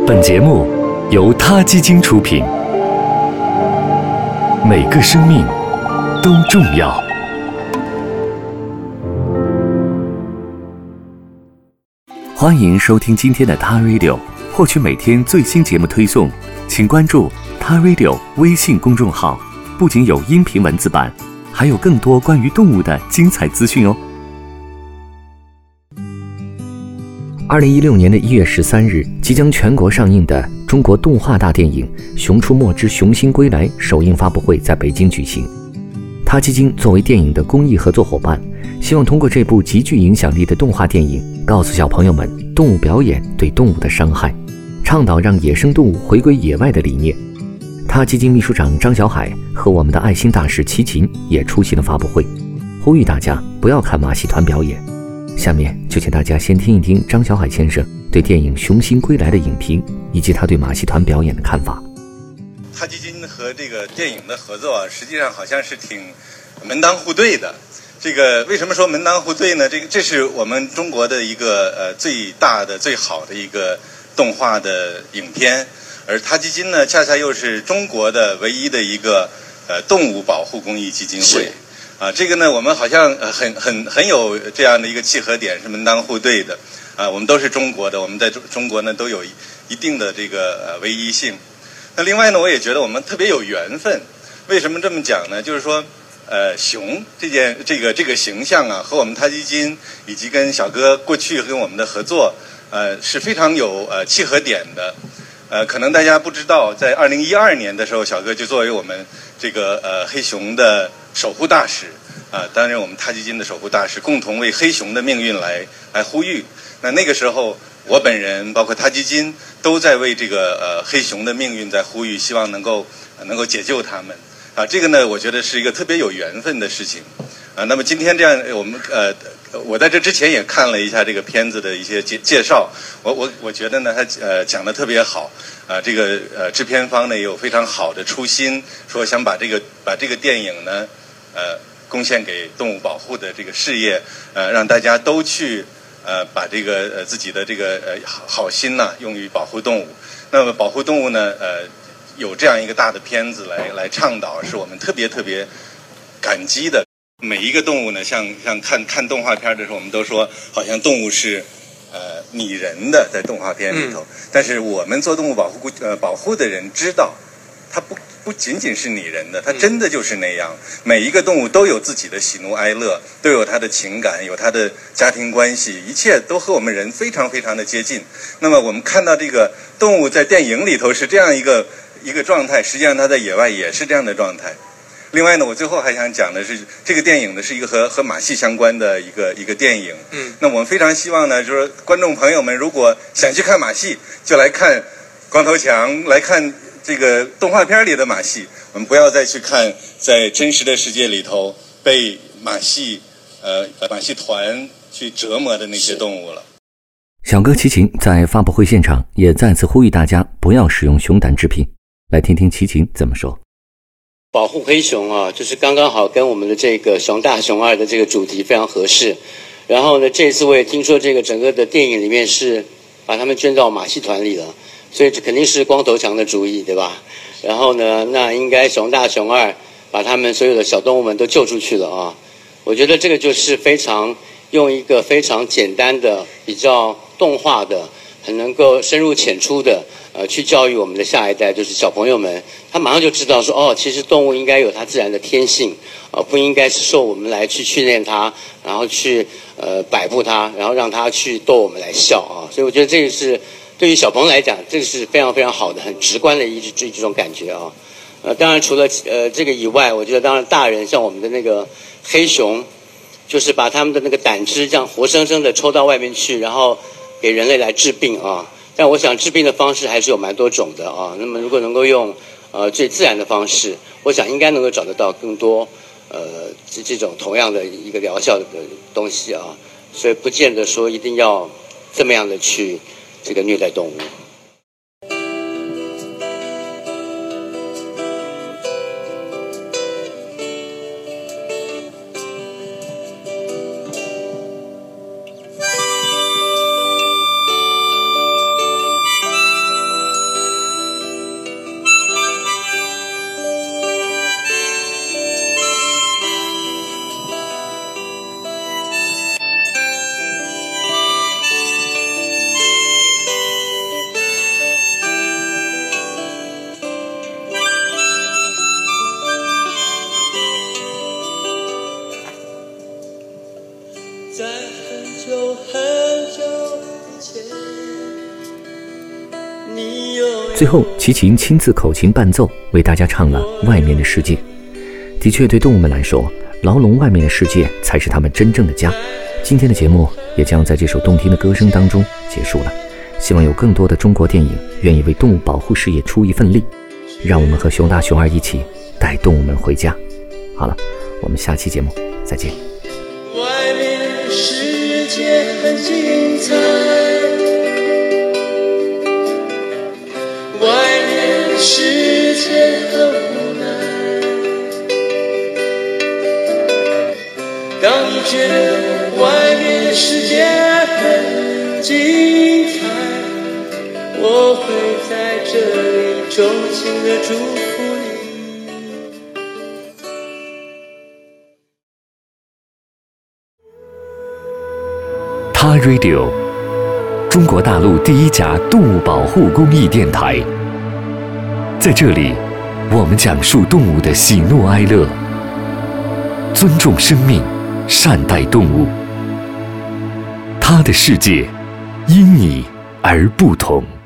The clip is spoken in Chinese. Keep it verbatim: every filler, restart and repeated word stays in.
本节目由他基金出品，每个生命都重要。欢迎收听今天的他 Radio， 获取每天最新节目推送，请关注他 Radio 微信公众号，不仅有音频文字版，还有更多关于动物的精彩资讯哦。 二零一六年的一月十三日，即将全国上映的中国动画大电影《熊出没之熊心归来》首映发布会在北京举行。他基金作为电影的公益合作伙伴，希望通过这部极具影响力的动画电影，告诉小朋友们动物表演对动物的伤害，倡导让野生动物回归野外的理念。他基金秘书长张小海和我们的爱心大使齐秦也出席了发布会，呼吁大家不要看马戏团表演。下面就请大家先听一听张小海先生对电影《熊心归来》的影评，以及他对马戏团表演的看法。 他基金和这个电影的合作啊，实际上好像是挺门当户对的。这个为什么说门当户对呢？这个这是我们中国的一个呃最大的、最好的一个动画的影片，而他基金呢，恰恰又是中国的唯一的一个呃动物保护公益基金会。啊，这个呢，我们好像很很很有这样的一个契合点，是门当户对的。啊，我们都是中国的，我们在中中国呢都有一定的这个呃唯一性。那另外呢，我也觉得我们特别有缘分。为什么这么讲呢？就是说，呃，熊这件这个这个形象啊，和我们他基金以及跟小哥过去跟我们的合作，呃，是非常有呃契合点的。呃，可能大家不知道，在二零一二年的时候，小哥就作为我们这个呃黑熊的守护大使啊、呃，担任我们他基金的守护大使，共同为黑熊的命运来来呼吁。那那个时候，我本人包括他基金都在为这个呃黑熊的命运在呼吁，希望能够、呃、能够解救他们啊。这个呢，我觉得是一个特别有缘分的事情啊。那么今天这样，我们呃。我在这之前也看了一下这个片子的一些介介绍，我我我觉得呢，他呃讲得特别好，啊、呃，这个呃制片方呢也有非常好的初心，说想把这个把这个电影呢，呃，贡献给动物保护的这个事业，呃，让大家都去呃把这个呃自己的这个呃好好心呐、啊、用于保护动物。那么保护动物呢，呃，有这样一个大的片子来来倡导，是我们特别特别感激的。每一个动物呢，像像看看动画片的时候，我们都说好像动物是呃拟人的，在动画片里头。嗯、但是我们做动物保护呃保护的人知道，它不不仅仅是拟人的，它真的就是那样。嗯、每一个动物都有自己的喜怒哀乐，都有它的情感，有它的家庭关系，一切都和我们人非常非常的接近。那么我们看到这个动物在电影里头是这样一个一个状态，实际上它在野外也是这样的状态。另外呢，我最后还想讲的是，这个电影呢是一个和和马戏相关的一个一个电影。嗯，那我们非常希望呢，就是观众朋友们如果想去看马戏，就来看光头强，来看这个动画片里的马戏。我们不要再去看在真实的世界里头被马戏呃马戏团去折磨的那些动物了。 小哥齐秦在发布会现场也再次呼吁大家不要使用熊胆制品，来听听齐秦怎么说。 保护黑熊啊，就是刚刚好跟我们的这个熊大熊二的这个主题非常合适。然后呢，这次我也听说这个整个的电影里面是把他们捐到马戏团里了，所以这肯定是光头强的主意，对吧？然后呢，那应该熊大熊二把他们所有的小动物们都救出去了啊。我觉得这个就是非常用一个非常简单的、比较动画的、很能够深入浅出的。呃，去教育我们的下一代，就是小朋友们，他马上就知道说，哦，其实动物应该有它自然的天性，呃，不应该是受我们来去训练它，然后去呃摆布它，然后让它去逗我们来笑啊。所以我觉得这个是对于小朋友来讲，这个是非常非常好的、很直观的一这这种感觉啊。呃，当然除了呃这个以外，我觉得当然大人像我们的那个黑熊，就是把他们的那个胆汁这样活生生的抽到外面去，然后给人类来治病啊。但我想治病的方式还是有蛮多种的啊。那么如果能够用呃最自然的方式，我想应该能够找得到更多呃这这种同样的一个疗效的东西啊。所以不见得说一定要这么样的去这个虐待动物。 最后，齐秦亲自口琴伴奏，为大家唱了《外面的世界》。的确，对动物们来说，牢笼外面的世界才是他们真正的家。今天的节目也将在这首动听的歌声当中结束了。希望有更多的中国电影愿意为动物保护事业出一份力，让我们和熊大熊二一起带动物们回家。好了，我们下期节目再见。 外面的世界很精彩，外面的世界很无奈。当你觉得外面的世界很精彩，我会在这里衷心的祝福你。 他 Radio， 中国大陆第一家动物保护公益电台。在这里，我们讲述动物的喜怒哀乐，尊重生命，善待动物。他的世界因你而不同。